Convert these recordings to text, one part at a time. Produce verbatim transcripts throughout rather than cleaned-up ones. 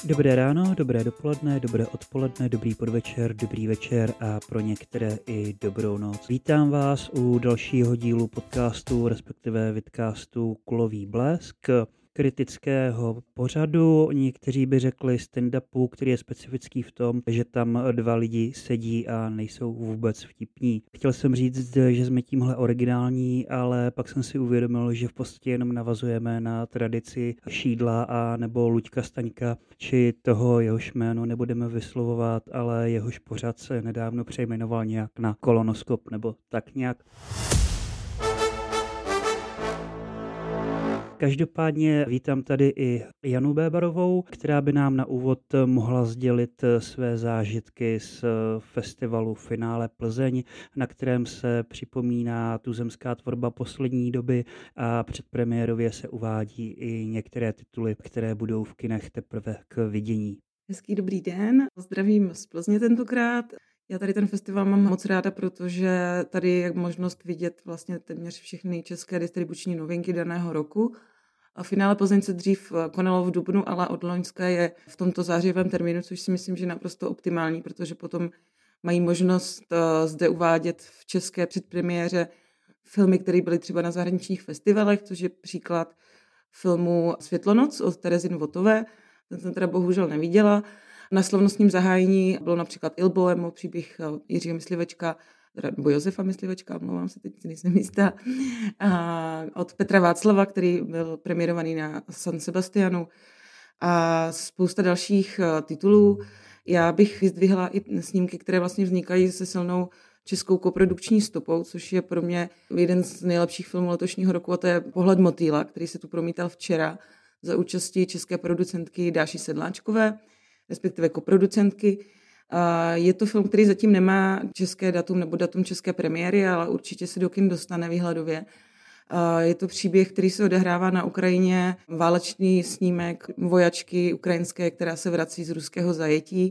Dobré ráno, dobré dopoledne, dobré odpoledne, dobrý podvečer, dobrý večer a pro některé i dobrou noc. Vítám vás u dalšího dílu podcastu, respektive vidcastu Kulový blesk, kritického pořadu, někteří by řekli stand-upu, který je specifický v tom, že tam dva lidi sedí a nejsou vůbec vtipní. Chtěl jsem říct, že jsme tímhle originální, ale pak jsem si uvědomil, že v podstatě jenom navazujeme na tradici Šídla a nebo Luďka Staňka, či toho jehož jméno nebudeme vyslovovat, ale jehož pořad se nedávno přejmenoval nějak na Kolonoskop nebo tak nějak. Každopádně vítám tady i Janu Bébarovou, která by nám na úvod mohla sdělit své zážitky z festivalu Finále Plzeň, na kterém se připomíná tuzemská tvorba poslední doby a předpremiérově se uvádí i některé tituly, které budou v kinech teprve k vidění. Hezký dobrý den, zdravím z Plzně tentokrát. Já tady ten festival mám moc ráda, protože tady je možnost vidět vlastně téměř všechny české distribuční novinky daného roku. A Finále Plzeň se dřív konalo v dubnu, ale od loňska je v tomto zářivém termínu, což si myslím, že je naprosto optimální, protože potom mají možnost zde uvádět v české předpremiéře filmy, které byly třeba na zahraničních festivalech, což je příklad filmu Světlonoc od Terezy Novotové. Ten jsem teda bohužel neviděla. Na slavnostním zahájení bylo například Il Bohemo, příběh Jiřího Myslivečka, nebo Josefa Myslivečka, omlouvám se, teď si nejsem jistá, a od Petra Václava, který byl premiérovaný na San Sebastianu, a spousta dalších titulů. Já bych vyzdvihla i snímky, které vlastně vznikají se silnou českou koprodukční stopou, což je pro mě jeden z nejlepších filmů letošního roku, a to je Pohled motýla, který se tu promítal včera za účastí české producentky Dáši Sedláčkové, respektive koproducentky. Je to film, který zatím nemá české datum nebo datum české premiéry, ale určitě se do kin dostane výhledově. Je to příběh, který se odehrává na Ukrajině, válečný snímek vojačky ukrajinské, která se vrací z ruského zajetí.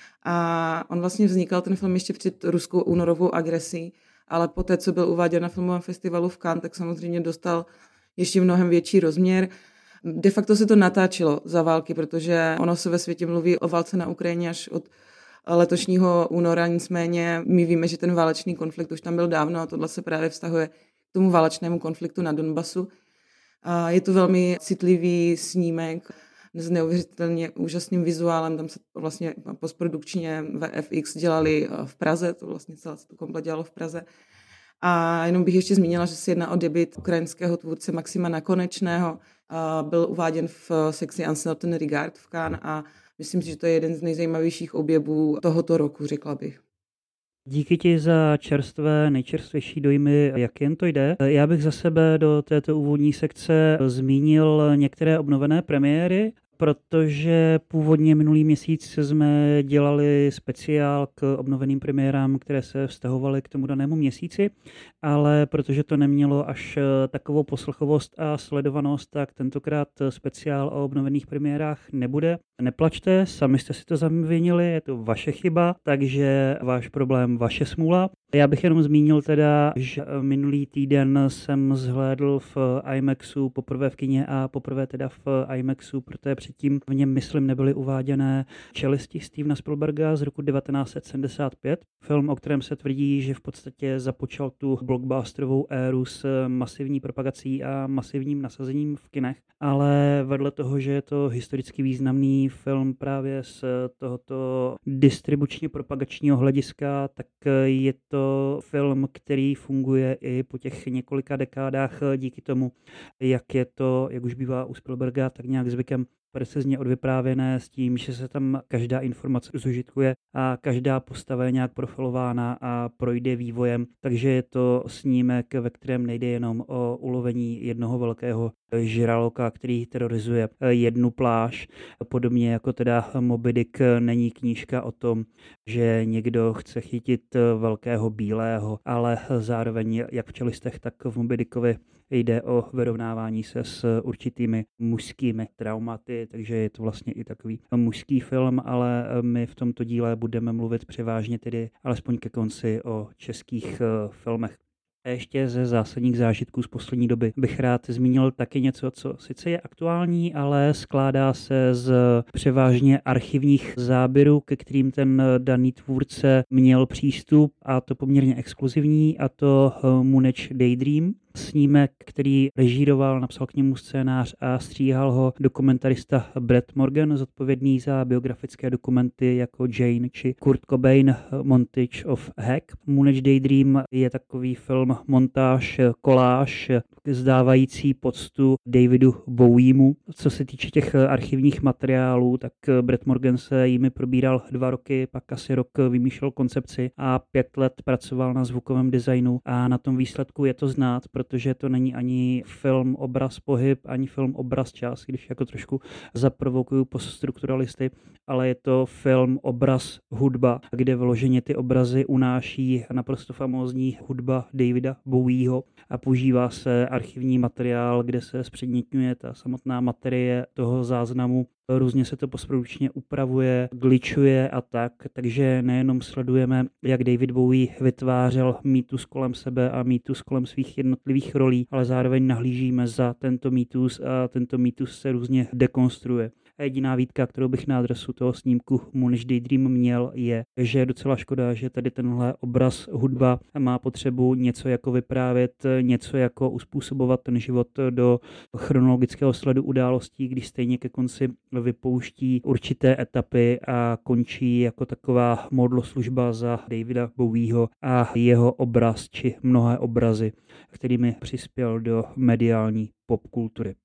A on vlastně vznikal, ten film, ještě před ruskou únorovou agresí, ale poté, co byl uváděn na filmovém festivalu v Cannes, tak samozřejmě dostal ještě mnohem větší rozměr. De facto se to natáčelo za války, protože ono se ve světě mluví o válce na Ukrajině až od letošního února, nicméně my víme, že ten válečný konflikt už tam byl dávno a tohle se právě vztahuje k tomu válečnému konfliktu na Donbasu. A je to velmi citlivý snímek s neuvěřitelně úžasným vizuálem, tam se vlastně postprodukčně V F X dělali v Praze, to vlastně celé se to komplet dělalo v Praze. A jenom bych ještě zmínila, že se jedná o debut ukrajinského tvůrce Maxima Nakonečného. Byl uváděn v sekci Uncertain Regard v Cannes a myslím si, že to je jeden z nejzajímavějších objevů tohoto roku, řekla bych. Díky ti za čerstvé, nejčerstvější dojmy, jak jen to jde. Já bych za sebe do této úvodní sekce zmínil některé obnovené premiéry, protože původně minulý měsíc jsme dělali speciál k obnoveným premiérám, které se vztahovaly k tomu danému měsíci, ale protože to nemělo až takovou poslechovost a sledovanost, tak tentokrát speciál o obnovených premiérách nebude. Neplačte, sami jste si to zavinili, je to vaše chyba, takže váš problém, vaše smůla. Já bych jenom zmínil teda, že minulý týden jsem zhlédl v IMAXu poprvé v kině a poprvé teda v IMAXu, protože předtím v něm, myslím, nebyly uváděné Čelisti Stevena Spielberga z roku devatenáct set sedmdesát pět. Film, o kterém se tvrdí, že v podstatě započal tu blockbusterovou éru s masivní propagací a masivním nasazením v kinech. Ale vedle toho, že je to historicky významný film právě z tohoto distribučně propagačního hlediska, tak je to film, který funguje i po těch několika dekádách díky tomu, jak je to, jak už bývá u Spielberga, tak nějak zvykem precizně odvyprávěné s tím, že se tam každá informace zužitkuje a každá postava je nějak profilována a projde vývojem, takže je to snímek, ve kterém nejde jenom o ulovení jednoho velkého žraloka, který terorizuje jednu pláž. Podobně jako teda Moby Dick není knížka o tom, že někdo chce chytit velkého bílého, ale zároveň jak v Čelistech, tak v Moby Dickovi jde o vyrovnávání se s určitými mužskými traumaty, takže je to vlastně i takový mužský film, ale my v tomto díle budeme mluvit převážně tedy alespoň ke konci o českých filmech. A ještě ze zásadních zážitků z poslední doby bych rád zmínil taky něco, co sice je aktuální, ale skládá se z převážně archivních záběrů, ke kterým ten daný tvůrce měl přístup, a to poměrně exkluzivní, a to Moonage Daydream. Snímek, který režíroval, napsal k němu scénář a stříhal ho dokumentarista Brett Morgan, zodpovědný za biografické dokumenty jako Jane či Kurt Cobain Montage of Heck. Moonage Daydream je takový film, montáž, koláž, zdávající poctu Davidu Bowiemu. Co se týče těch archivních materiálů, tak Brett Morgan se jimi probíral dva roky, pak asi rok vymýšlel koncepci a pět let pracoval na zvukovém designu a na tom výsledku je to znát, protože to není ani film, obraz, pohyb, ani film, obraz, čas, když jako trošku zaprovokuju poststrukturalisty, ale je to film, obraz, hudba, kde vloženě ty obrazy unáší naprosto famózní hudba Davida Bowieho a používá se archivní materiál, kde se zpřednitňuje ta samotná materie toho záznamu. Různě se to postprodukčně upravuje, glitchuje a tak, takže nejenom sledujeme, jak David Bowie vytvářel mýtus kolem sebe a mýtus kolem svých jednotlivých rolí, ale zároveň nahlížíme za tento mýtus a tento mýtus se různě dekonstruuje. A jediná výtka, kterou bych na adresu toho snímku Moonage Daydream měl, je, že je docela škoda, že tady tenhle obraz, hudba má potřebu něco jako vyprávět, něco jako uspůsobovat ten život do chronologického sledu událostí, když stejně ke konci vypouští určité etapy a končí jako taková modloslužba za Davida Bowieho a jeho obraz či mnohé obrazy, kterými přispěl do mediální popkultury.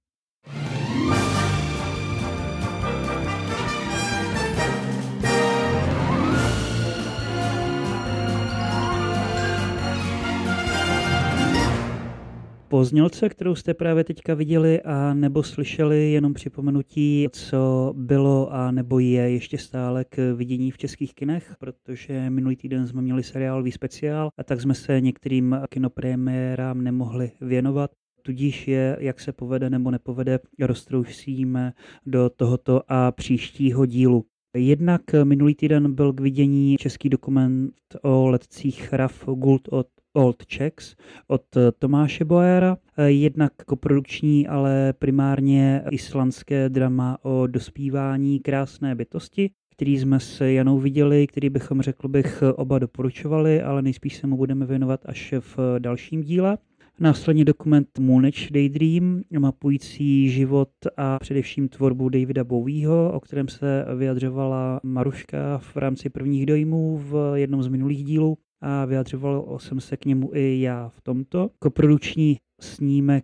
Po znělce, kterou jste právě teďka viděli a nebo slyšeli, jenom připomenutí, co bylo a nebo je ještě stále k vidění v českých kinech, protože minulý týden jsme měli seriálový speciál a tak jsme se některým kinopremiérám nemohli věnovat. Tudíž je, jak se povede nebo nepovede, roztrousíme do tohoto a příštího dílu. Jednak minulý týden byl k vidění český dokument o letcích R A F Gould od Old Czechs od Tomáše Boera, jednak koprodukční, ale primárně islandské drama o dospívání krásné bytosti, který jsme s Janou viděli, který bychom, řekl bych, oba doporučovali, ale nejspíš se mu budeme věnovat až v dalším díle. Následně dokument Moonage Daydream, mapující život a především tvorbu Davida Bowieho, o kterém se vyjadřovala Maruška v rámci prvních dojmů v jednom z minulých dílů a vyjadřoval jsem se k němu i já v tomto. Koprodukční snímek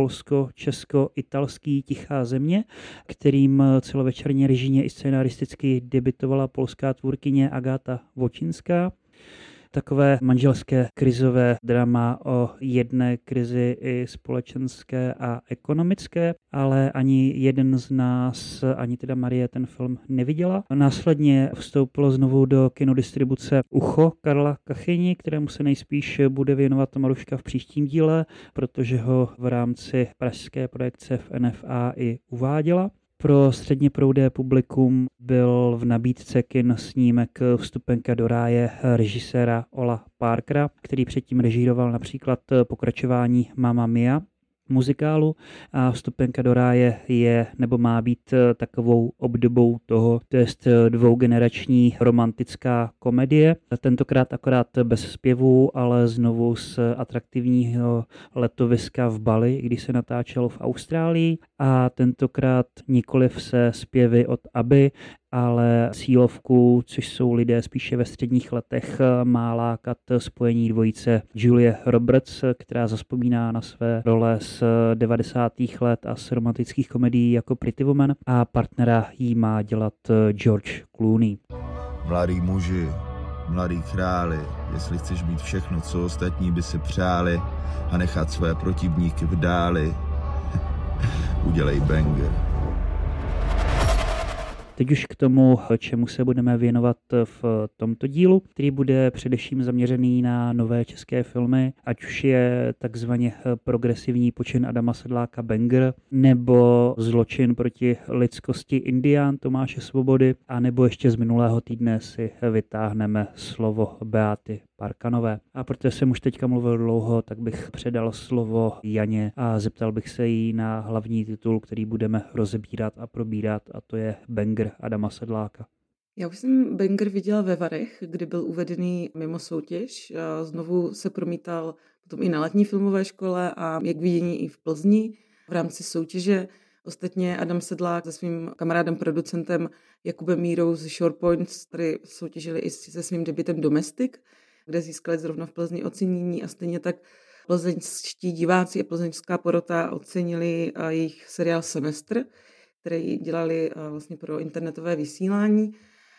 polsko-česko-italský Tichá země, kterým celovečerně režijně i scénaristicky debitovala polská tvůrkyně Agata Vočinská. Takové manželské krizové drama o jedné krizi i společenské a ekonomické, ale ani jeden z nás, ani teda Marie, ten film neviděla. Následně vstoupilo znovu do kinodistribuce Ucho Karla Kachyni, kterému se nejspíš bude věnovat Maruška v příštím díle, protože ho v rámci pražské projekce v N F A i uváděla. Pro středně proudé publikum byl v nabídce kin snímek Vstupenka do ráje režiséra Ola Parkera, který předtím režíroval například pokračování Mamma Mia muzikálu a Vstupenka do ráje je nebo má být takovou obdobou toho, to je dvougenerační romantická komedie, tentokrát akorát bez zpěvu, ale znovu z atraktivního letoviska v Bali, když se natáčelo v Austrálii a tentokrát nikoliv se zpěvy od ABBY, ale cílovku, což jsou lidé spíše ve středních letech, má lákat spojení dvojice Julie Roberts, která zazpomíná na své role z devadesátých let a z romantických komedií jako Pretty Woman a partnera jí má dělat George Clooney. Mladý muži, mladý králi, jestli chceš mít všechno, co ostatní by si přáli a nechat své protivníky v dáli, udělej banger. Teď už k tomu, čemu se budeme věnovat v tomto dílu, který bude především zaměřený na nové české filmy, ať už je takzvaně progresivní počin Adama Sedláka Banger, nebo Zločin proti lidskosti Indián Tomáše Svobody, a nebo ještě z minulého týdne si vytáhneme Slovo Beaty Parkanové. A protože jsem už teďka mluvil dlouho, tak bych předal slovo Janě a zeptal bych se jí na hlavní titul, který budeme rozebírat a probírat, a to je Banger Adama Sedláka. Já už jsem Banger viděla ve Varech, kdy byl uvedený mimo soutěž. Znovu se promítal potom i na letní filmové škole a jak vidění i v Plzni v rámci soutěže. Ostatně Adam Sedlák se svým kamarádem, producentem Jakubem Mírou z Shore Points tady soutěžili i se svým debutem Domestic, kde získali zrovna v Plzni ocenění a stejně tak plzeňští diváci a plzeňská porota ocenili jejich seriál Semestr, který dělali vlastně pro internetové vysílání.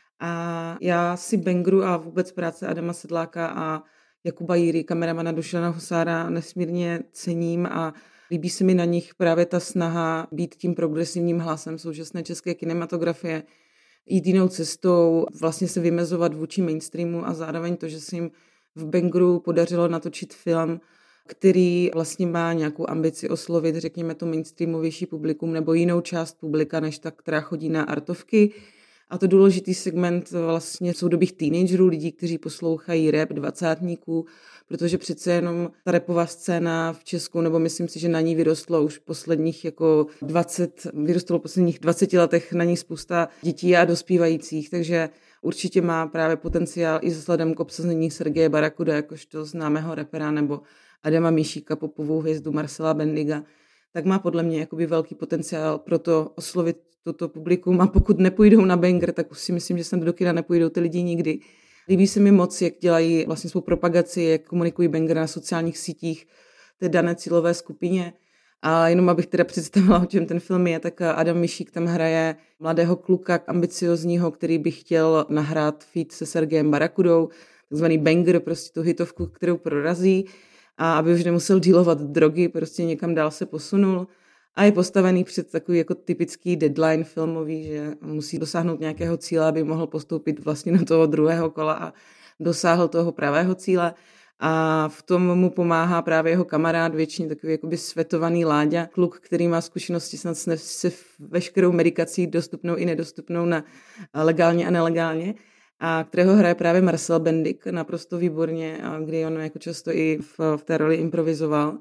A já si Bangeru a vůbec práce Adama Sedláka a Jakuba Jíry, kameramana Dušana Husára, nesmírně cením a líbí se mi na nich právě ta snaha být tím progresivním hlasem současné české kinematografie, jít jinou cestou, vlastně se vymezovat vůči mainstreamu a zároveň to, že se jim v Bangeru podařilo natočit film, který vlastně má nějakou ambici oslovit, řekněme, to mainstreamovější publikum nebo jinou část publika, než ta, která chodí na artovky. A to důležitý segment vlastně soudobých teenagerů, lidí, kteří poslouchají rap, dvacátníků, protože přece jenom ta rapová scéna v Česku, nebo myslím si, že na ní vyrostlo už posledních jako dvacet, vyrostlo v posledních dvaceti letech na ní spousta dětí a dospívajících, takže určitě má právě potenciál i vzhledem k obsazení Sergeje Barakuda, jakožto známého rapera, nebo Adama Mišíka, popovou hvězdu Marcela Bendiga, tak má podle mě jakoby velký potenciál pro to oslovit toto publikum a pokud nepůjdou na Banger, tak už si myslím, že sem do kina nepůjdou ty lidi nikdy. Líbí se mi moc, jak dělají vlastně svou propagaci, jak komunikují Banger na sociálních sítích té dané cílové skupině. A jenom abych teda představila, o čem ten film je, tak Adam Mišík tam hraje mladého kluka, ambiciozního, který by chtěl nahrát feat se Sergejem Barakudou, takzvaný Banger, prostě tu hitovku, kterou prorazí, a aby už nemusel dealovat drogy, prostě někam dál se posunul. A je postavený před takový jako typický deadline filmový, že musí dosáhnout nějakého cíle, aby mohl postoupit vlastně do toho druhého kola a dosáhl toho pravého cíle. A v tom mu pomáhá právě jeho kamarád, většině takový jakoby svetovaný Láďa, kluk, který má zkušenosti snad se veškerou medikací dostupnou i nedostupnou na legálně a nelegálně, a kterého hraje právě Marcel Bendik naprosto výborně, kdy on jako často i v, v té roli improvizoval.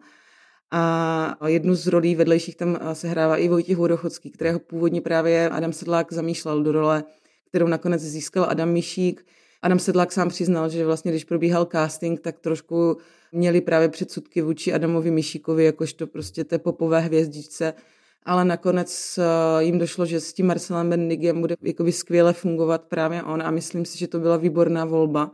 A jednu z rolí vedlejších tam se hrává i Vojtěch Vodochodský, kterého původně právě Adam Sedlák zamýšlel do role, kterou nakonec získal Adam Mišík. Adam Sedlák sám přiznal, že vlastně když probíhal casting, tak trošku měli právě předsudky vůči Adamovi Mišíkovi, jakožto prostě té popové hvězdičce, ale nakonec jim došlo, že s tím Marcelem Bendigem bude jakoby skvěle fungovat právě on a myslím si, že to byla výborná volba,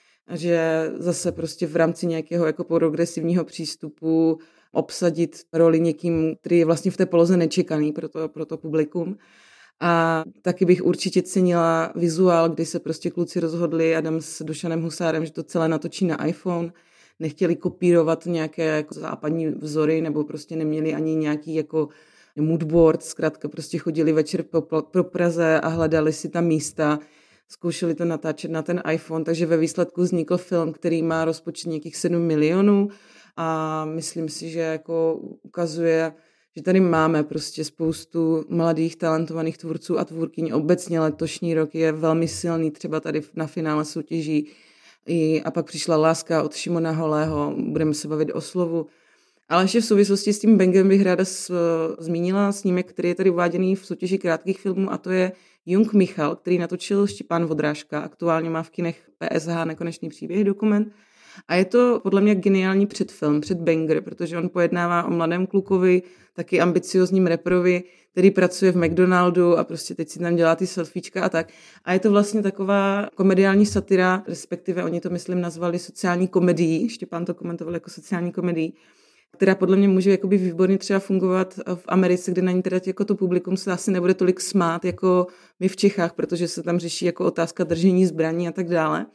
že zase prostě v rámci nějakého jako progresivního přístupu obsadit roli někým, který je vlastně v té poloze nečekaný pro to, pro to publikum. A taky bych určitě cenila vizuál, kdy se prostě kluci rozhodli, Adam s Dušanem Husárem, že to celé natočí na iPhone, nechtěli kopírovat nějaké jako západní vzory, nebo prostě neměli ani nějaký jako moodboard, zkrátka prostě chodili večer po, po Praze a hledali si tam místa, zkoušeli to natáčet na ten iPhone, takže ve výsledku vznikl film, který má rozpočet nějakých sedm milionů a myslím si, že jako ukazuje, že tady máme prostě spoustu mladých, talentovaných tvůrců a tvůrkyň. Obecně letošní rok je velmi silný, třeba tady na finále soutěží. I, a pak přišla Láska od Šimona Holého, budeme se bavit o Slovu. Ale ještě v souvislosti s tím Bangem bych ráda s, zmínila snímek, který je tady uváděný v soutěži krátkých filmů, a to je Jung Michal, který natočil Štěpán Vodrážka. Aktuálně má v kinech P S H Nekonečný příběh dokument. A je to podle mě geniální předfilm, před Banger, protože on pojednává o mladém klukovi, taky ambiciozním raperovi, který pracuje v McDonaldu a prostě teď si tam dělá ty selfiečka a tak. A je to vlastně taková komediální satira, respektive oni to, myslím, nazvali sociální komedii, Štěpán to komentoval jako sociální komedii, která podle mě může jakoby výborně třeba fungovat v Americe, kde na ní teda jako to publikum se asi nebude tolik smát jako my v Čechách, protože se tam řeší jako otázka držení zbraní a tak dále.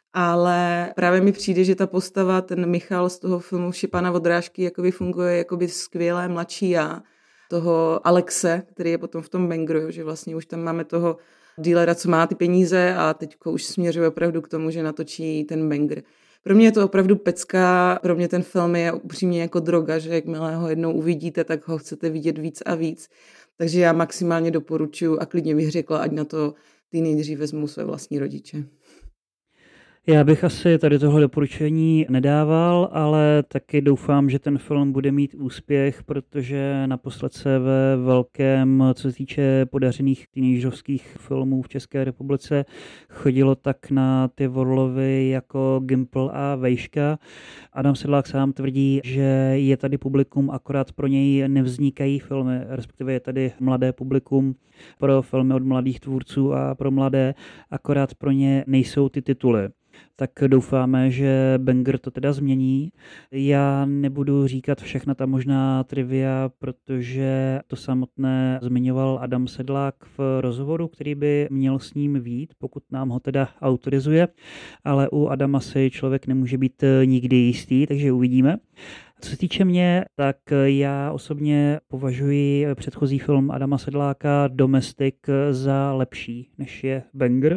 Ale právě mi přijde, že ta postava, ten Michal z toho filmu Štěpána Vodrážky, jakoby funguje jakoby skvělé mladší já, toho Alexe, který je potom v tom Bangeru, že vlastně už tam máme toho dealera, co má ty peníze a teďko už směřuje opravdu k tomu, že natočí ten Banger. Pro mě je to opravdu pecka, pro mě ten film je upřímně jako droga, že jakmile ho jednou uvidíte, tak ho chcete vidět víc a víc. Takže já maximálně doporučuji a klidně bych řekla, ať na to teenageři vezmou své vlastní rodiče. Já bych asi tady tohle doporučení nedával, ale taky doufám, že ten film bude mít úspěch, protože naposled se ve velkém, co se týče podařených teenagerovských filmů v České republice, chodilo tak na ty Orlovy jako Gimpl a Vejška. Adam Sedlák sám tvrdí, že je tady publikum, akorát pro něj nevznikají filmy, respektive je tady mladé publikum pro filmy od mladých tvůrců a pro mladé, akorát pro ně nejsou ty tituly. Tak doufáme, že Banger to teda změní. Já nebudu říkat všechna ta možná trivia, protože to samotné zmiňoval Adam Sedlák v rozhovoru, který by měl s ním vyjít, pokud nám ho teda autorizuje, ale u Adama si člověk nemůže být nikdy jistý, takže uvidíme. Co se týče mě, tak já osobně považuji předchozí film Adama Sedláka Domestik za lepší, než je Banger,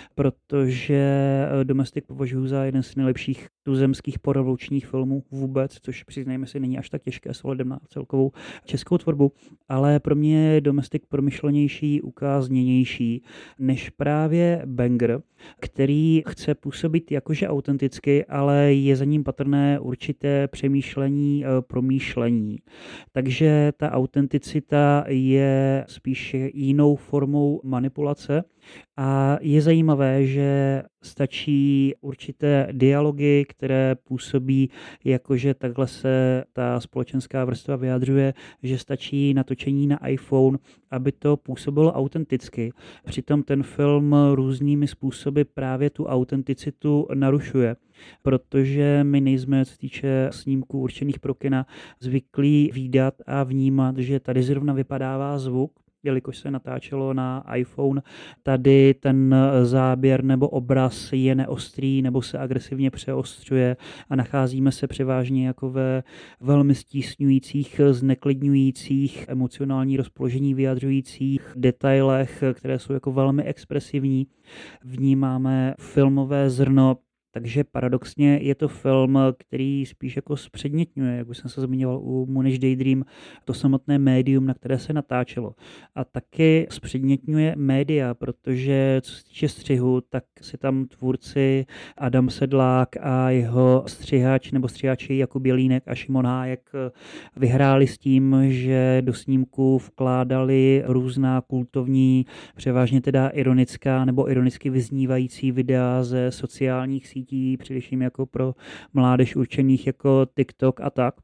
protože Domestik považuji za jeden z nejlepších tuzemských porevolučních filmů vůbec, což přiznejme si není až tak těžké s ohledem na celkovou českou tvorbu, ale pro mě je Domestik promyšlenější, ukázněnější než právě Banger, který chce působit jakože autenticky, ale je za ním patrné určité přemýšlení, promýšlení. Takže ta autenticita je spíš jinou formou manipulace a je zajímavé, že stačí určité dialogy, které působí jakože takhle se ta společenská vrstva vyjadřuje, že stačí natočení na iPhone, aby to působilo autenticky. Přitom ten film různými způsoby právě tu autenticitu narušuje, protože my nejsme, co se týče snímků určených pro kina, zvyklí vídat a vnímat, že tady zrovna vypadává zvuk, jelikož se natáčelo na iPhone, tady ten záběr nebo obraz je neostrý nebo se agresivně přeostřuje a nacházíme se převážně jako ve velmi stísňujících, zneklidňujících, emocionální rozpoložení vyjadřujících detailech, které jsou jako velmi expresivní. Vnímáme filmové zrno. Takže paradoxně je to film, který spíš jako zpřednětňuje, jak už jsem se zmiňoval u Moonish Daydream, to samotné médium, na které se natáčelo. A taky zpřednětňuje média, protože co se týče střihu, tak si tam tvůrci Adam Sedlák a jeho střihač nebo střihači Jakub Jelínek a Šimon Hájek vyhráli s tím, že do snímku vkládali různá kultovní, převážně teda ironická nebo ironicky vyznívající videa ze sociálních sítí, především jako pro mládež určených jako TikTok a tak.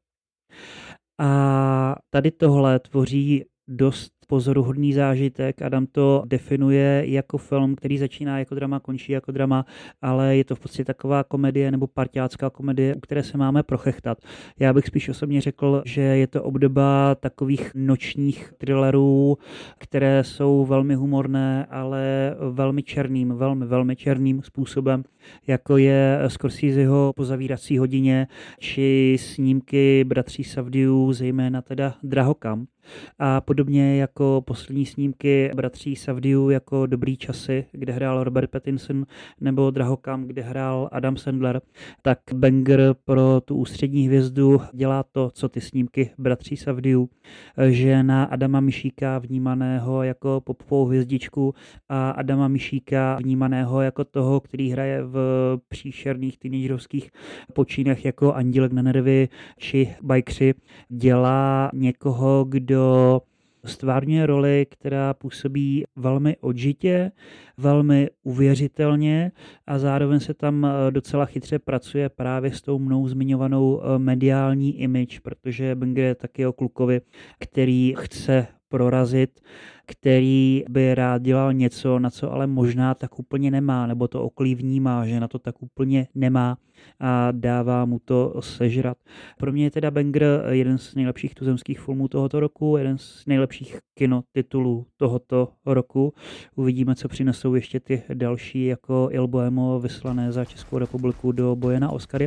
A tady tohle tvoří dost pozoruhodný zážitek. Adam to definuje jako film, který začíná jako drama, končí jako drama, ale je to v podstatě taková komedie nebo parťácká komedie, u které se máme prochechtat. Já bych spíš osobně řekl, že je to obdoba takových nočních thrillerů, které jsou velmi humorné, ale velmi černým, velmi, velmi černým způsobem, jako je Scorseseho Po zavírací hodině, či snímky bratří Safdieů, zejména teda Drahokam. A podobně jako poslední snímky bratří Safdieů jako Dobrý časy, kde hrál Robert Pattinson, nebo Drahokam, kde hrál Adam Sandler, tak Banger pro tu ústřední hvězdu dělá to, co ty snímky bratří Safdieů, že na Adama Mišíka vnímaného jako popovou hvězdičku a Adama Mišíka vnímaného jako toho, který hraje v příšerných teenagerovských počínech jako Andílek na nervy či Bajkři, dělá někoho, kdo stvárňuje roli, která působí velmi odžitě, velmi uvěřitelně a zároveň se tam docela chytře pracuje právě s tou mnou zmiňovanou mediální image, protože Banger je taky o klukovi, který chce prorazit, který by rád dělal něco, na co ale možná tak úplně nemá, nebo to okolí vnímá, že na to tak úplně nemá a dává mu to sežrat. Pro mě je teda Banger jeden z nejlepších tuzemských filmů tohoto roku, jeden z nejlepších kinotitulů tohoto roku. Uvidíme, co přinesou ještě ty další, jako Il Bohemo vyslané za Českou republiku do boje na Oscary.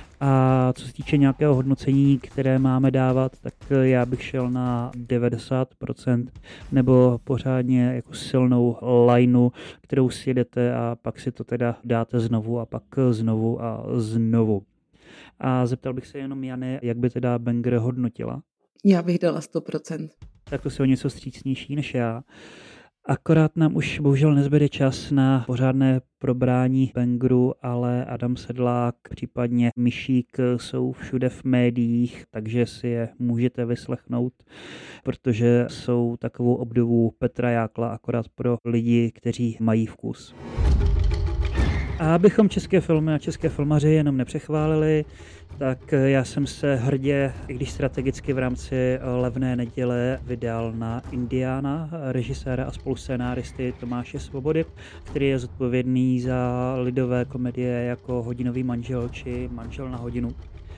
A co se týče nějakého hodnocení, které máme dávat, tak já bych šel na devadesát procent nebo pořádně jako silnou lineu, kterou si jedete a pak si to teda dáte znovu a pak znovu a znovu. A zeptal bych se jenom Jany, jak by teda Banger hodnotila? Já bych dala sto procent. Tak to si o něco vstřícnější než já. Akorát nám už bohužel nezbyde čas na pořádné probrání Bangeru, ale Adam Sedlák, případně Myšík jsou všude v médiích, takže si je můžete vyslechnout, protože jsou takovou obdobou Petra Jákla akorát pro lidi, kteří mají vkus. A abychom české filmy a české filmaře jenom nepřechválili, tak já jsem se hrdě, i když strategicky v rámci Levné neděle, vydal na Indiana, režiséra a spoluscénáristy Tomáše Svobody, který je zodpovědný za lidové komedie jako Hodinový manžel či Manžel na hodinu.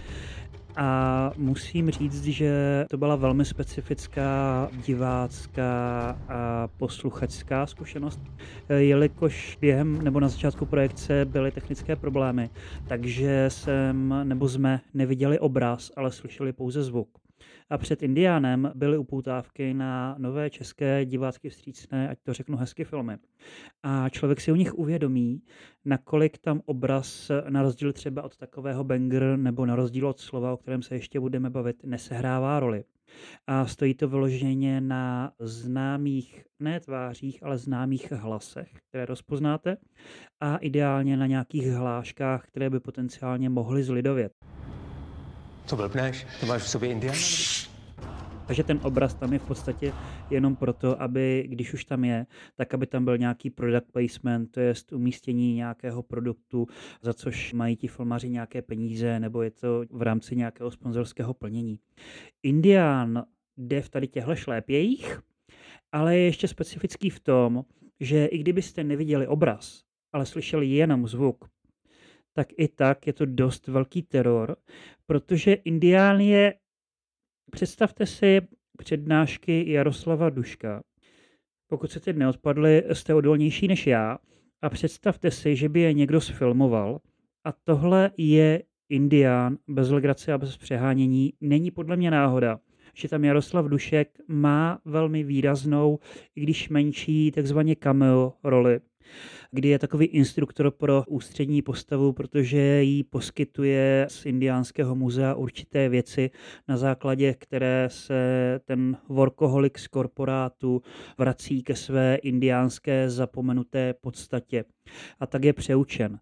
A musím říct, že to byla velmi specifická divácká a posluchačská zkušenost, jelikož během nebo na začátku projekce byly technické problémy, takže jsem nebo jsme neviděli obraz, ale slyšeli pouze zvuk. A před Indiánem byly upoutávky na nové české divácky vstřícné, ať to řeknu hezky, filmy. A člověk si u nich uvědomí, nakolik tam obraz, na rozdíl třeba od takového Banger nebo na rozdíl od slova, o kterém se ještě budeme bavit, nesehrává roli. A stojí to vyloženě na známých, ne tvářích, ale známých hlasech, které rozpoznáte, a ideálně na nějakých hláškách, které by potenciálně mohly zlidovět. Co blbneš? To máš v sobě Indiana? Takže ten obraz tam je v podstatě jenom proto, aby, když už tam je, tak aby tam byl nějaký product placement, to je umístění nějakého produktu, za což mají ti filmaři nějaké peníze, nebo je to v rámci nějakého sponzorského plnění. Indián jde v tady těchto šlépějích, ale je ještě specifický v tom, že i kdybyste neviděli obraz, ale slyšeli jenom zvuk, tak i tak je to dost velký teror, protože Indián je, představte si přednášky Jaroslava Duška. Pokud se teď neodpadli, jste odolnější než já a představte si, že by je někdo sfilmoval a tohle je Indián bez legrace a bez přehánění. Není podle mě náhoda, že tam Jaroslav Dušek má velmi výraznou, i když menší, takzvaně cameo roli, kdy je takový instruktor pro ústřední postavu, protože jí poskytuje z Indiánského muzea určité věci, na základě které se ten workoholik z korporátu vrací ke své indiánské zapomenuté podstatě. A tak je přeučen.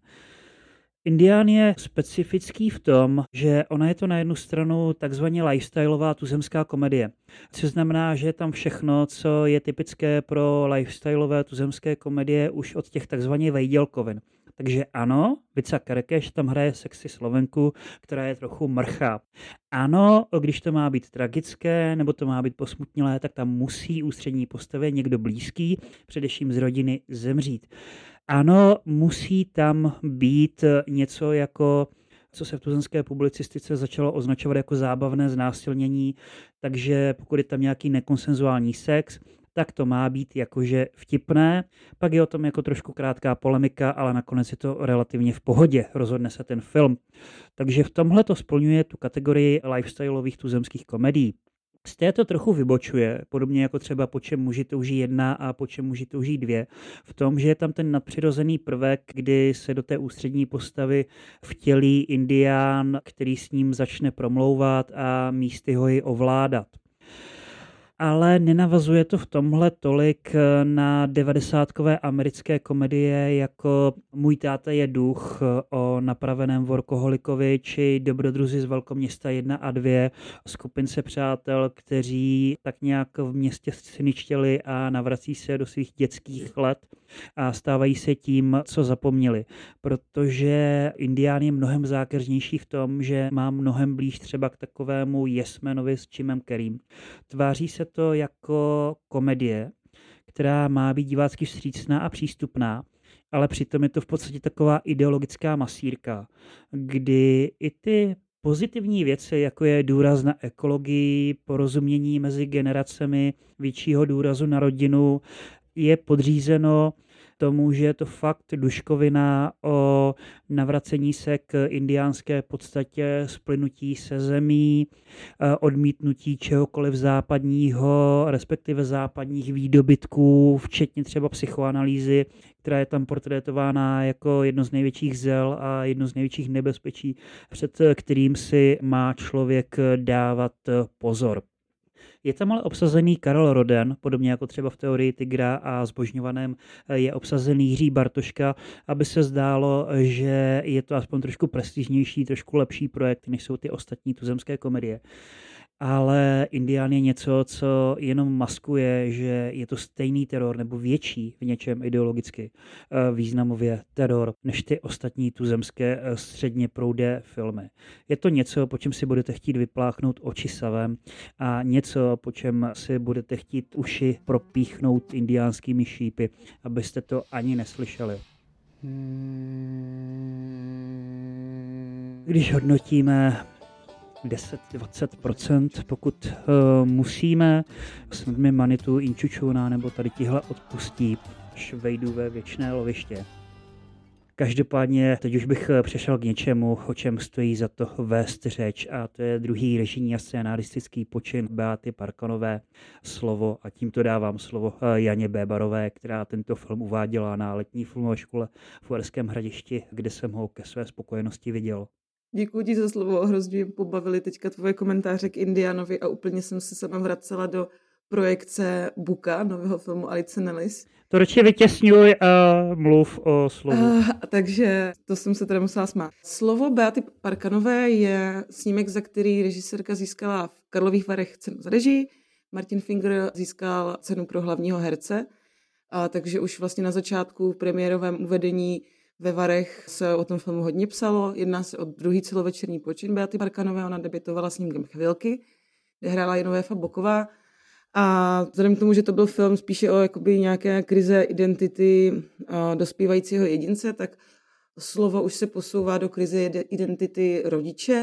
Indián je specifický v tom, že ona je to na jednu stranu takzvaně lifestyleová tuzemská komedie, což znamená, že je tam všechno, co je typické pro lifestyleové tuzemské komedie už od těch takzvaně vejdělkovin. Takže ano, Vica Kerekeš tam hraje sexy Slovenku, která je trochu mrchá. Ano, když to má být tragické nebo to má být posmutnilé, tak tam musí ústřední postavě někdo blízký, především z rodiny, zemřít. Ano, musí tam být něco jako, co se v tuzemské publicistice začalo označovat jako zábavné znásilnění, takže pokud je tam nějaký nekonsenzuální sex, tak to má být jakože vtipné. Pak je o tom jako trošku krátká polemika, ale nakonec je to relativně v pohodě, rozhodne se ten film. Takže v tomhle to splňuje tu kategorii lifestyleových tuzemských komedií. Z této trochu vybočuje, podobně jako třeba Po čem muži touží jedna a Po čem muži touží dvě, v tom, že je tam ten nadpřirozený prvek, kdy se do té ústřední postavy vtělí Indián, který s ním začne promlouvat a místy ho i ovládat. Ale nenavazuje to v tomhle tolik na devadesátkové americké komedie jako Můj táta je duch o napraveném workoholikovi či Dobrodruzi z velkoměsta jedna a dvě, skupince přátel, kteří tak nějak v městě scéničtěli a navrací se do svých dětských let a stávají se tím, co zapomněli. Protože Indián je mnohem zákeřnější v tom, že má mnohem blíž třeba k takovému Yesmanovi s Jimem Carreym. Tváří se to jako komedie, která má být divácky vstřícná a přístupná, ale přitom je to v podstatě taková ideologická masírka, kdy i ty pozitivní věci, jako je důraz na ekologii, porozumění mezi generacemi, většího důrazu na rodinu, je podřízeno tomu, že je to fakt duškovina o navracení se k indiánské podstatě, splynutí se zemí, odmítnutí čehokoliv západního, respektive západních výdobytků, včetně třeba psychoanalýzy, která je tam portrétována jako jedno z největších zel a jedno z největších nebezpečí, před kterým si má člověk dávat pozor. Je tam ale obsazený Karel Roden, podobně jako třeba v Teorii tygra a Zbožňovaném je obsazený Jiří Bartoška, aby se zdálo, že je to aspoň trošku prestižnější, trošku lepší projekt, než jsou ty ostatní tuzemské komedie. Ale Indián je něco, co jenom maskuje, že je to stejný teror nebo větší v něčem ideologicky významově teror než ty ostatní tuzemské středně proudé filmy. Je to něco, po čem si budete chtít vypláchnout oči savem a něco, po čem si budete chtít uši propíchnout indiánskými šípy, abyste to ani neslyšeli. Když hodnotíme deset až dvacet procent, pokud uh, musíme, snad mi Manitu Inčučuna nebo tady tihle odpustí, až vejdu ve věčné loviště. Každopádně teď už bych přešel k něčemu, o čem stojí za to vést řeč, a to je druhý režijní a scénaristický počin Beaty Parkanové, Slovo, a tímto dávám slovo Janě Bébarové, která tento film uváděla na letní filmové škole v Uherském Hradišti, kde jsem ho ke své spokojenosti viděl. Děkuji ti za slovo, hrozně mě pobavili teďka tvoje komentáře k Indiánovi a úplně jsem se sama vracela do projekce Buka, nového filmu Alice Nellis. To radši vytěsňuj a mluv o slovu. Uh, takže to jsem se teda musela smát. Slovo Beaty Parkanové je snímek, za který režisérka získala v Karlových Varech cenu za režii. Martin Finger získal cenu pro hlavního herce, a takže už vlastně na začátku v premiérovém uvedení ve Varech se o tom filmu hodně psalo. Jedná se o druhý celovečerní počin Beaty Parkanové. Ona debitovala snímkem Chvilky, kde hrála Jenovéfa Boková. A vzhledem k tomu, že to byl film spíše o jakoby nějaké krize identity dospívajícího jedince, tak Slovo už se posouvá do krize identity rodiče.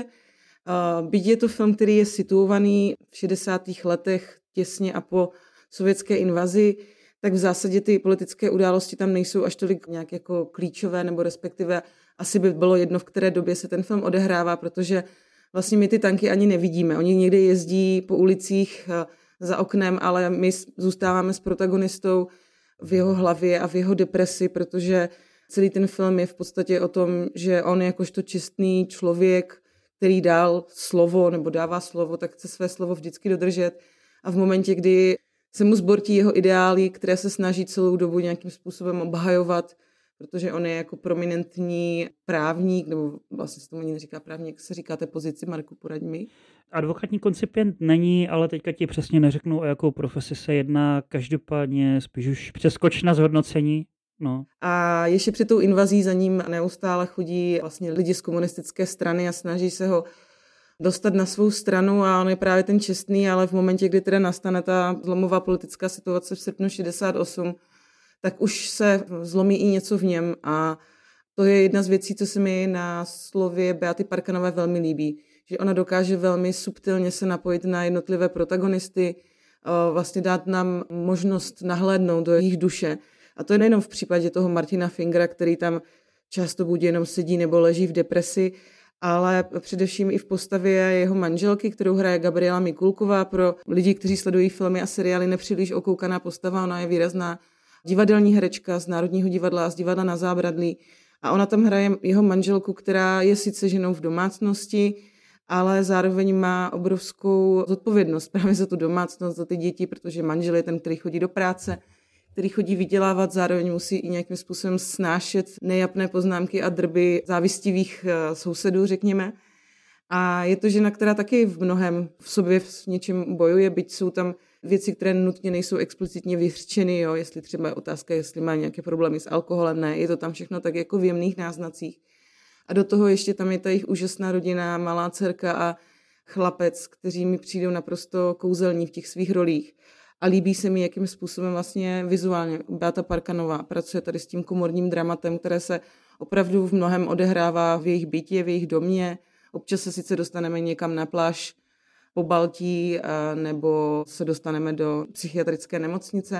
Byť je to film, který je situovaný v šedesátých letech těsně a po sovětské invazi, tak v zásadě ty politické události tam nejsou až tolik nějak jako klíčové, nebo respektive asi by bylo jedno, v které době se ten film odehrává, protože vlastně my ty tanky ani nevidíme. Oni někdy jezdí po ulicích za oknem, ale my zůstáváme s protagonistou v jeho hlavě a v jeho depresi, protože celý ten film je v podstatě o tom, že on jakožto čestný člověk, který dal slovo nebo dává slovo, tak chce své slovo vždycky dodržet. A v momentě, kdy se mu zbortí jeho ideály, které se snaží celou dobu nějakým způsobem obhajovat, protože on je jako prominentní právník, nebo vlastně se tomu ani neříká právník, jak se říká té pozici, Marku, poraď mi. Advokátní koncipient není, ale teďka ti přesně neřeknu, o jakou profesi se jedná, každopádně spíš už přeskoč na zhodnocení. No. A ještě před tou invazí za ním neustále chodí vlastně lidi z komunistické strany a snaží se ho dostat na svou stranu, a on je právě ten čestný, ale v momentě, kdy teda nastane ta zlomová politická situace v srpnu šedesát osm, tak už se zlomí i něco v něm, a to je jedna z věcí, co se mi na slově Beaty Parkanové velmi líbí, že ona dokáže velmi subtilně se napojit na jednotlivé protagonisty, vlastně dát nám možnost nahlédnout do jejich duše. A to je nejenom v případě toho Martina Fingera, který tam často buď jenom sedí nebo leží v depresi, ale především i v postavě jeho manželky, kterou hraje Gabriela Mikulková. Pro lidi, kteří sledují filmy a seriály, nepříliš okoukaná postava, ona je výrazná divadelní herečka z Národního divadla a z divadla Na Zábradlí. A ona tam hraje jeho manželku, která je sice ženou v domácnosti, ale zároveň má obrovskou zodpovědnost právě za tu domácnost, za ty děti, protože manžel je ten, který chodí do práce, který chodí vydělávat, zároveň musí i nějakým způsobem snášet nejapné poznámky a drby závistivých sousedů, řekněme. A je to žena, která taky v mnohem v sobě s něčím bojuje, byť jsou tam věci, které nutně nejsou explicitně vyřčeny, jo, jestli třeba je otázka, jestli má nějaké problémy s alkoholem, ne, je to tam všechno tak jako v jemných náznacích. A do toho ještě tam je ta jejich úžasná rodina, malá dcerka a chlapec, kteří mi přijdou naprosto kouzelní v těch svých rolích. A líbí se mi, jakým způsobem vlastně vizuálně Beata Parkanová pracuje tady s tím komorním dramatem, které se opravdu v mnohem odehrává v jejich bytě, v jejich domě. Občas se sice dostaneme někam na pláž po Baltí nebo se dostaneme do psychiatrické nemocnice,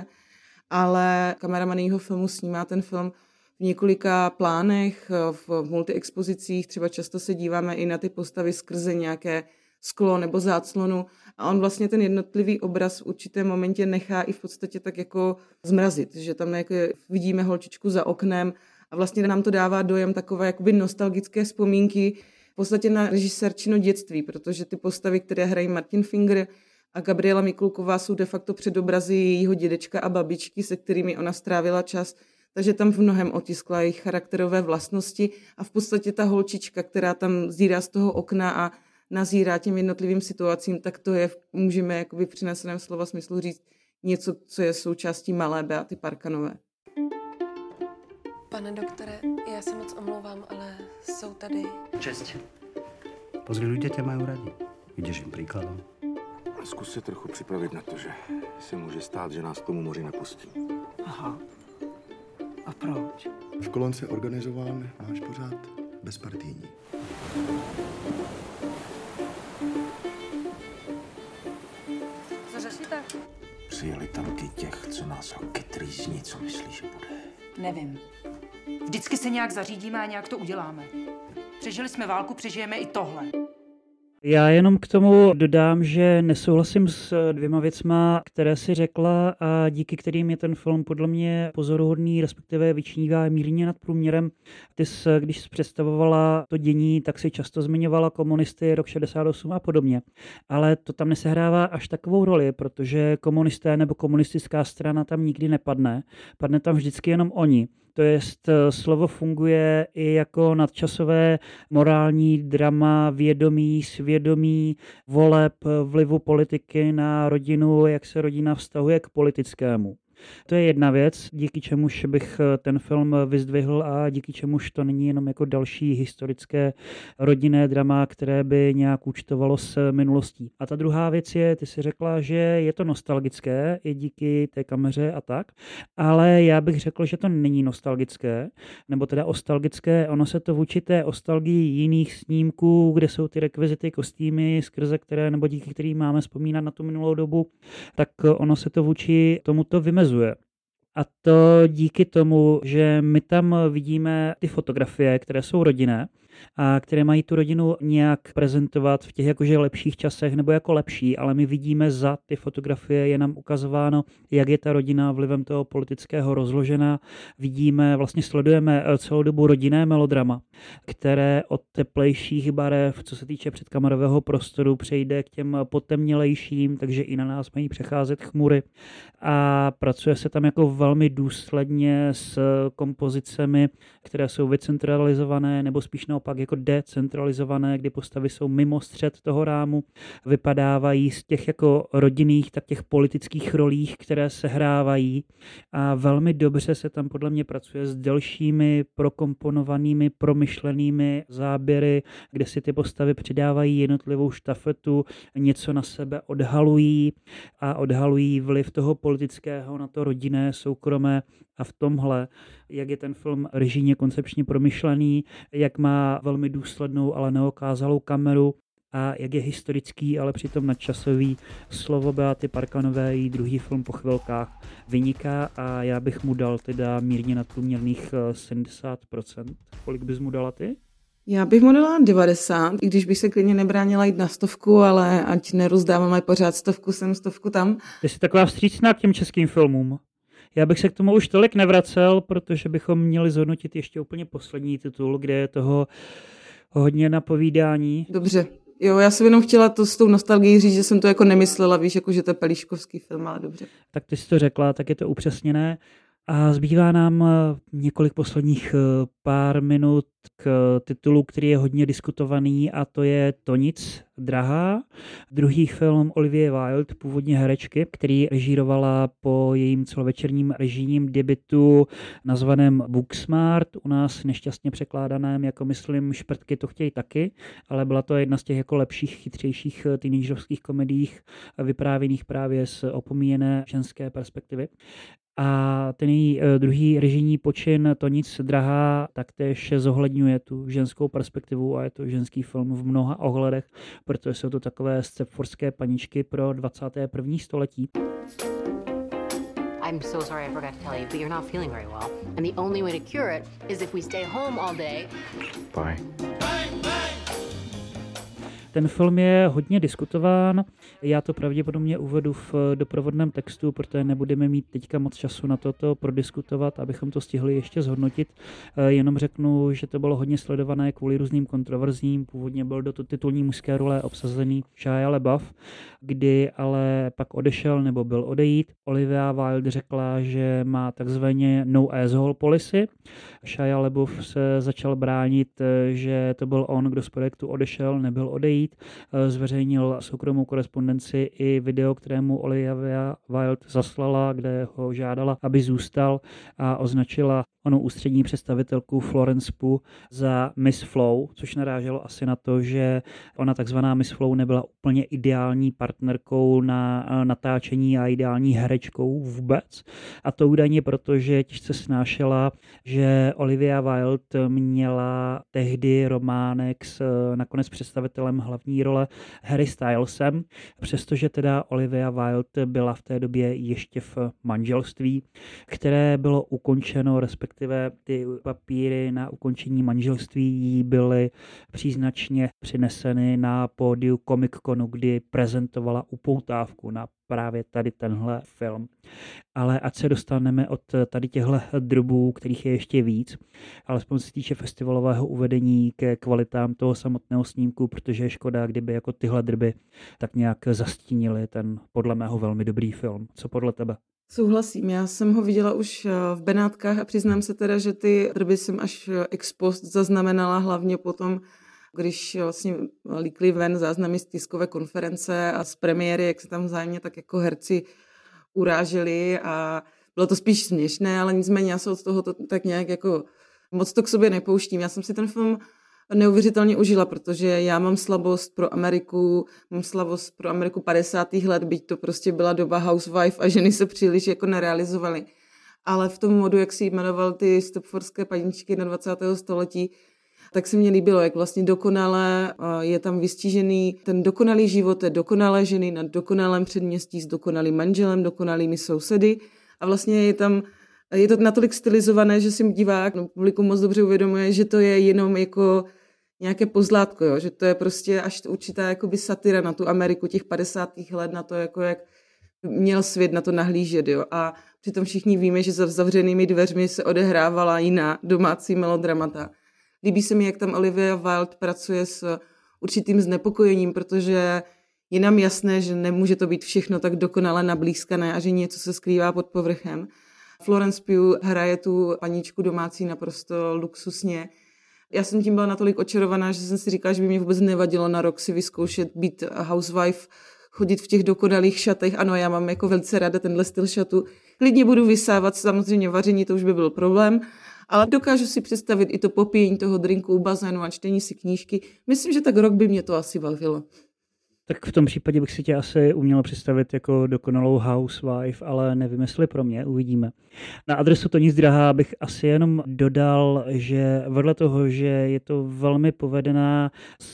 ale kameraman jejího filmu snímá ten film v několika plánech, v multiexpozicích, třeba často se díváme i na ty postavy skrze nějaké sklo nebo záclonu, a on vlastně ten jednotlivý obraz v určitém momentě nechá i v podstatě tak jako zmrazit, že tam jako vidíme holčičku za oknem a vlastně nám to dává dojem takové jakoby nostalgické vzpomínky v podstatě na režisérčino dětství, protože ty postavy, které hrají Martin Finger a Gabriela Mikulková jsou de facto předobrazy jejího dědečka a babičky, se kterými ona strávila čas, takže tam v mnohem otiskla jejich charakterové vlastnosti a v podstatě ta holčička, která tam zírá z toho okna a nazírá těm jednotlivým situacím, tak to je, můžeme jakoby v přeneseném slova smyslu říct, něco, co je součástí malé Beaty Parkanové. Pane doktore, já se moc omlouvám, ale jsou tady... Česť. Pozri, ľudia ťa majú radi. Ideš im príkladom. A zkus se trochu připravit na to, že se může stát, že nás k tomu moři nepustí. Aha. A proč? V kolonce organizován máš pořád bezpartijní. Co řešíte? Přijeli tanky těch, co nás roky trýzní, co myslí, že bude. Nevím. Vždycky se nějak zařídíme a nějak to uděláme. Přežili jsme válku, přežijeme i tohle. Já jenom k tomu dodám, že nesouhlasím s dvěma věcma, které si řekla a díky kterým je ten film podle mě pozoruhodný, respektive vyčnívá mírně nad průměrem. Ty jsi, když jsi představovala to dění, tak si často zmiňovala komunisty, rok šedesát osm a podobně. Ale to tam nesehrává až takovou roli, protože komunisté nebo komunistická strana tam nikdy nepadne. Padne tam vždycky jenom oni. To jest, slovo funguje i jako nadčasové morální drama, vědomí, svědomí, voleb, vlivu politiky na rodinu, jak se rodina vztahuje k politickému. To je jedna věc, díky čemuž bych ten film vyzdvihl a díky čemuž to není jenom jako další historické rodinné drama, které by nějak účtovalo s minulostí. A ta druhá věc je, ty si řekla, že je to nostalgické i díky té kameře a tak, ale já bych řekl, že to není nostalgické, nebo teda ostalgické, ono se to vůči té ostalgii jiných snímků, kde jsou ty rekvizity, kostýmy, skrze které nebo díky kterým máme vzpomínat na tu minulou dobu, tak ono se to vůči tomuto vymezuje. A to díky tomu, že my tam vidíme ty fotografie, které jsou rodinné a které mají tu rodinu nějak prezentovat v těch jakože lepších časech nebo jako lepší, ale my vidíme za ty fotografie, je nám ukazováno, jak je ta rodina vlivem toho politického rozložena. Vidíme, vlastně sledujeme celou dobu rodinné melodrama, které od teplejších barev, co se týče předkamerového prostoru, přejde k těm potemnělejším, takže i na nás mají přecházet chmury a pracuje se tam jako velmi důsledně s kompozicemi, které jsou vycentralizované nebo spíš naopak jako decentralizované, kdy postavy jsou mimo střed toho rámu, vypadávají z těch jako rodinných, tak těch politických rolích, které se hrávají a velmi dobře se tam podle mě pracuje s delšími, prokomponovanými, promyšlenými záběry, kde si ty postavy přidávají jednotlivou štafetu, něco na sebe odhalují a odhalují vliv toho politického na to rodinné, soukromé a v tomhle, jak je ten film režijně koncepčně promyšlený, jak má velmi důslednou, ale neokázalou kameru a jak je historický, ale přitom nadčasový. Slovo Beaty Parkanové, její druhý film po chvilkách vyniká a já bych mu dal teda mírně nadprůměrných sedmdesát procent. Kolik bys mu dala ty? Já bych mu dala devadesát, i když bych se klidně nebránila jít na stovku, ale ať nerozdáváme pořád stovku sem, stovku tam. Ty jsi taková vstřícná k těm českým filmům. Já bych se k tomu už tolik nevracel, protože bychom měli zhodnotit ještě úplně poslední titul, kde je toho hodně na povídání. Dobře. Jo, já jsem jenom chtěla to s tou nostalgií říct, že jsem to jako nemyslela, víš, jako že to je pelíškovský film, ale dobře. Tak ty jsi to řekla, tak je to upřesněné. A zbývá nám několik posledních pár minut k titulu, který je hodně diskutovaný, a to je To nic, drahá. Druhý film Olivie Wilde, původně herečky, který režírovala po jejím celovečerním režijním debutu nazvaném Booksmart, u nás nešťastně překládaném, jako myslím Šprtky to chtějí taky, ale byla to jedna z těch jako lepších, chytřejších teenagerovských komediích vyprávěných právě z opomíjené ženské perspektivy. A ten její druhý režijní počin To nic, drahá, taktéž zohledňuje tu ženskou perspektivu a je to ženský film v mnoha ohledech, protože jsou to takové stepfordské paničky pro dvacáté první století. I'm so sorry I forgot to tell you, but you're not feeling very well. And the only way to cure it is if we stay home all day. Bye. Ten film je hodně diskutován, já to pravděpodobně uvedu v doprovodném textu, protože nebudeme mít teďka moc času na toto prodiskutovat, abychom to stihli ještě zhodnotit. Jenom řeknu, že to bylo hodně sledované kvůli různým kontroverzím, původně byl do titulní mužské role obsazený Shia LaBeouf, kdy ale pak odešel nebo byl odejít. Olivia Wilde řekla, že má takzvaně no asshole policy. Shia LaBeouf se začal bránit, že to byl on, kdo z projektu odešel, nebyl odejít. Zveřejnil soukromou korespondenci i video, kterému Olivia Wilde zaslala, kde ho žádala, aby zůstal, a označila onu ústřední představitelku Florence Pugh za Miss Flow, což naráželo asi na to, že ona takzvaná Miss Flow nebyla úplně ideální partnerkou na natáčení a ideální herečkou vůbec. A to údajně proto, že těžce snášela, že Olivia Wilde měla tehdy románek s nakonec představitelem hlavní role Harry Stylesem, přestože teda Olivia Wilde byla v té době ještě v manželství, které bylo ukončeno, respektive ty papíry na ukončení manželství jí byly příznačně přineseny na pódiu Comic-Conu, kdy prezentovala upoutávku na právě tady tenhle film. Ale ať se dostaneme od tady těchto drobů, kterých je ještě víc, alespoň se týče festivalového uvedení ke kvalitám toho samotného snímku, protože je škoda, kdyby jako tyhle drby tak nějak zastínily ten podle mého velmi dobrý film. Co podle tebe? Souhlasím, já jsem ho viděla už v Benátkách a přiznám se teda, že ty drby jsem až ex post zaznamenala, hlavně potom, když vlastně líkly ven záznamy z tiskové konference a z premiéry, jak se tam vzájemně tak jako herci uráželi a bylo to spíš směšné, ale nicméně já se od toho to tak nějak jako moc to k sobě nepouštím. Já jsem si ten film neuvěřitelně užila, protože já mám slabost pro Ameriku, mám slabost pro Ameriku padesátých let, byť to prostě byla doba housewife a ženy se příliš jako nerealizovaly. Ale v tom modu, jak si jmenoval ty stepforské paníčky na dvacátého století, tak se mně líbilo, jak vlastně dokonale je tam vystížený ten dokonalý život té dokonalé ženy na dokonalém předměstí s dokonalým manželem, dokonalými sousedy a vlastně je tam je to natolik stylizované, že si divák, no, publikum moc dobře uvědomuje, že to je jenom jako nějaké pozlátko, jo? Že to je prostě až určitá jakoby satyra na tu Ameriku těch padesátých let, na to, jako jak měl svět na to nahlížet. Jo? A přitom všichni víme, že za zavřenými dveřmi se odehrávala jiná domácí melodramata. Líbí se mi, jak tam Olivia Wilde pracuje s určitým znepokojením, protože je nám jasné, že nemůže to být všechno tak dokonale nablízkané a že něco se skrývá pod povrchem. Florence Pugh hraje tu paníčku domácí naprosto luxusně. Já jsem tím byla natolik očarovaná, že jsem si říkala, že by mě vůbec nevadilo na rok si vyzkoušet být housewife, chodit v těch dokonalých šatech. Ano, já mám jako velice ráda tenhle styl šatu. Klidně budu vysávat, samozřejmě vaření, to už by byl problém, ale dokážu si představit i to popíjení toho drinku u bazénu a čtení si knížky. Myslím, že tak rok by mě to asi bavilo. Tak v tom případě bych si tě asi uměla představit jako dokonalou housewife, ale nevím, jestli pro mě, uvidíme. Na adresu To nic drahá bych asi jenom dodal, že vedle toho, že je to velmi povedená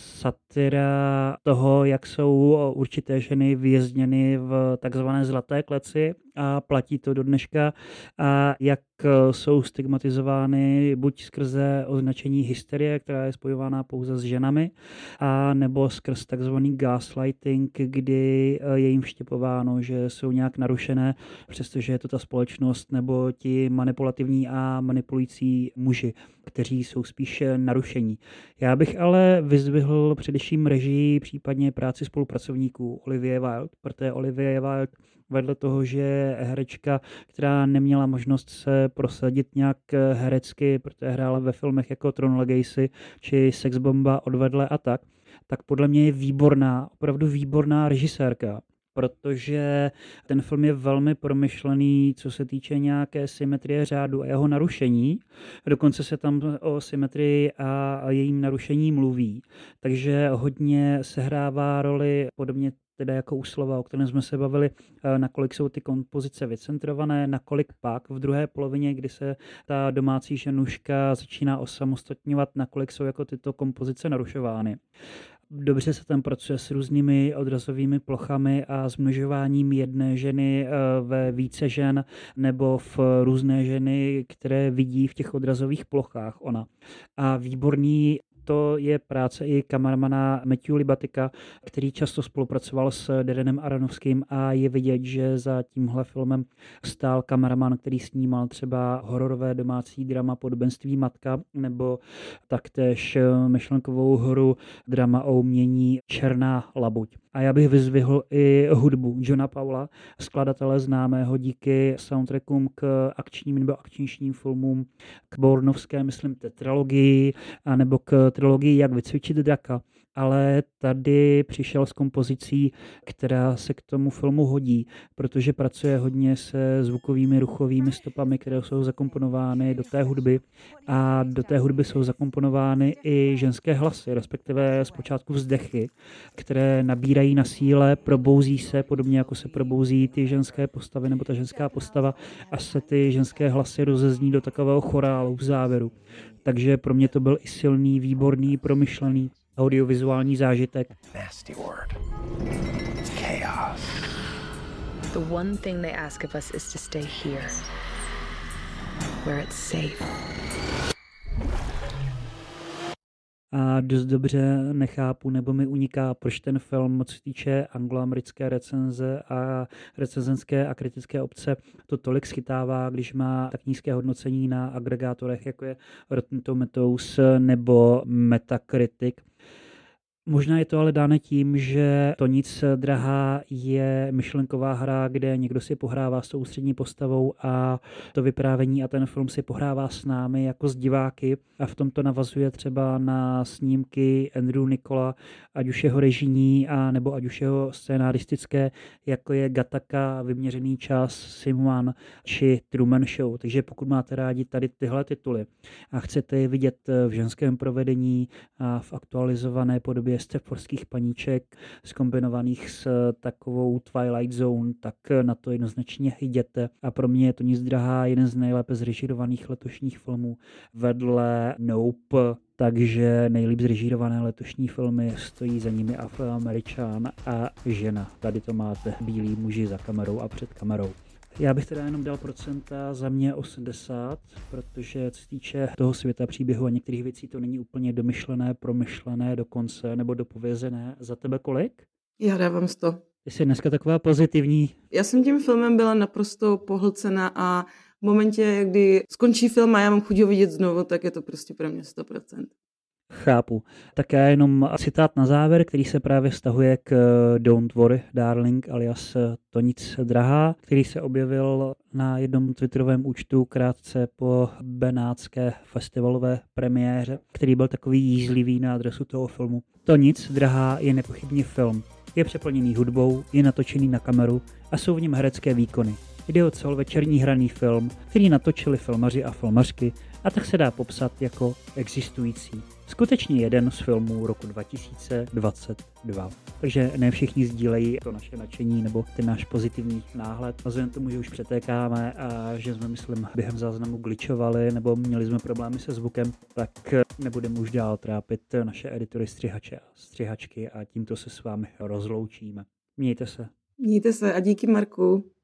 satira toho, jak jsou určité ženy vězněny v takzvané zlaté kleci a platí to do dneška a jak jsou stigmatizovány buď skrze označení hysterie, která je spojována pouze s ženami, a nebo skrz takzvaný gaslighting, kdy je jim vštěpováno, že jsou nějak narušené, přestože je to ta společnost nebo ti manipulativní a manipulující muži, kteří jsou spíše narušení. Já bych ale vyzdvihl především režii, případně práci spolupracovníků Olivie Wilde, protože Olivie Wilde vedle toho, že je herečka, která neměla možnost se prosadit nějak herecky, protože hrála ve filmech jako Tron Legacy či Sexbomba odvedle a tak, tak podle mě je výborná, opravdu výborná režisérka, protože ten film je velmi promyšlený, co se týče nějaké symetrie řádu a jeho narušení. Dokonce se tam o symetrii a jejím narušení mluví. Takže hodně sehrává roli, podobně teda jako u Slova, o kterém jsme se bavili, nakolik jsou ty kompozice vycentrované, nakolik pak v druhé polovině, kdy se ta domácí ženuška začíná osamostatňovat, nakolik jsou jako tyto kompozice narušovány. Dobře se tam pracuje s různými odrazovými plochami a zmnožováním jedné ženy ve více žen nebo v různé ženy, které vidí v těch odrazových plochách ona. A výborný to je práce i kameramana Matthew Libatika, který často spolupracoval s Darrenem Aronofským a je vidět, že za tímhle filmem stál kameraman, který snímal třeba hororové domácí drama Podobenství matka nebo taktéž myšlenkovou hru drama o umění Černá labuť. A já bych vyzvihl i hudbu Johna Powella, skladatele známého díky soundtrackům k akčním nebo akčnějším filmům, k bournovské, myslím, tetralogii, nebo k trilogii Jak vycvičit draka. Ale tady přišel s kompozicí, která se k tomu filmu hodí, protože pracuje hodně se zvukovými ruchovými stopami, které jsou zakomponovány do té hudby a do té hudby jsou zakomponovány i ženské hlasy, respektive zpočátku vzdechy, které nabírají na síle, probouzí se, podobně jako se probouzí ty ženské postavy nebo ta ženská postava a se ty ženské hlasy rozezní do takového chorálu v závěru. Takže pro mě to byl i silný, výborný, promyšlený audiovizuální zážitek. Nasty word. Chaos. The one thing they ask of us is to stay here, where it's safe. A dost dobře nechápu, nebo mi uniká, proč ten film, co se týče angloamerické recenze a recenzenské a kritické obce, to tolik schytává, když má tak nízké hodnocení na agregátorech, jako je Rotten Tomatoes nebo Metacritic. Možná je to ale dáno tím, že To nic drahá je myšlenková hra, kde někdo si pohrává s tou ústřední postavou a to vyprávění a ten film si pohrává s námi jako s diváky a v tom to navazuje třeba na snímky Andrew Nicola, ať už jeho režijní a nebo ať už jeho scénaristické, jako je Gattaca, Vyměřený čas, Simuan či Truman Show. Takže pokud máte rádi tady tyhle tituly a chcete je vidět v ženském provedení a v aktualizované podobě stepforských paníček zkombinovaných s takovou Twilight Zone, tak na to jednoznačně jděte. A pro mě je To nic drahá jeden z nejlépe zrežírovaných letošních filmů vedle Nope, takže nejlíp zrežírované letošní filmy stojí za nimi Afroameričan a Žena. Tady to máte bílí muži za kamerou a před kamerou. Já bych teda jenom dal procenta, za mě osmdesát, protože co se týče toho světa příběhu a některých věcí to není úplně domyšlené, promyšlené dokonce nebo dopovězené. Za tebe kolik? Já dávám sto. Ty jsi dneska taková pozitivní. Já jsem tím filmem byla naprosto pohlcena a v momentě, kdy skončí film a já mám chuť ho vidět znovu, tak je to prostě pro mě sto procent. Chápu. Tak já jenom citát na závěr, který se právě vztahuje k Don't Worry Darling alias To nic drahá, který se objevil na jednom twitterovém účtu krátce po benátské festivalové premiéře, který byl takový jízlivý na adresu toho filmu. To nic drahá je nepochybně film. Je přeplněný hudbou, je natočený na kameru a jsou v něm herecké výkony. Jde o celovečerní hraný film, který natočili filmaři a filmařky a tak se dá popsat jako existující. Skutečně jeden z filmů roku dva tisíce dvacet dva. Takže ne všichni sdílejí to naše nadšení nebo ten náš pozitivní náhled. A vzhledem tomu, že už přetékáme a že jsme, myslím, během záznamu glitchovali nebo měli jsme problémy se zvukem, tak nebudeme už dál trápit naše editory střihače a střihačky a tímto se s vámi rozloučíme. Mějte se. Mějte se a díky, Marku.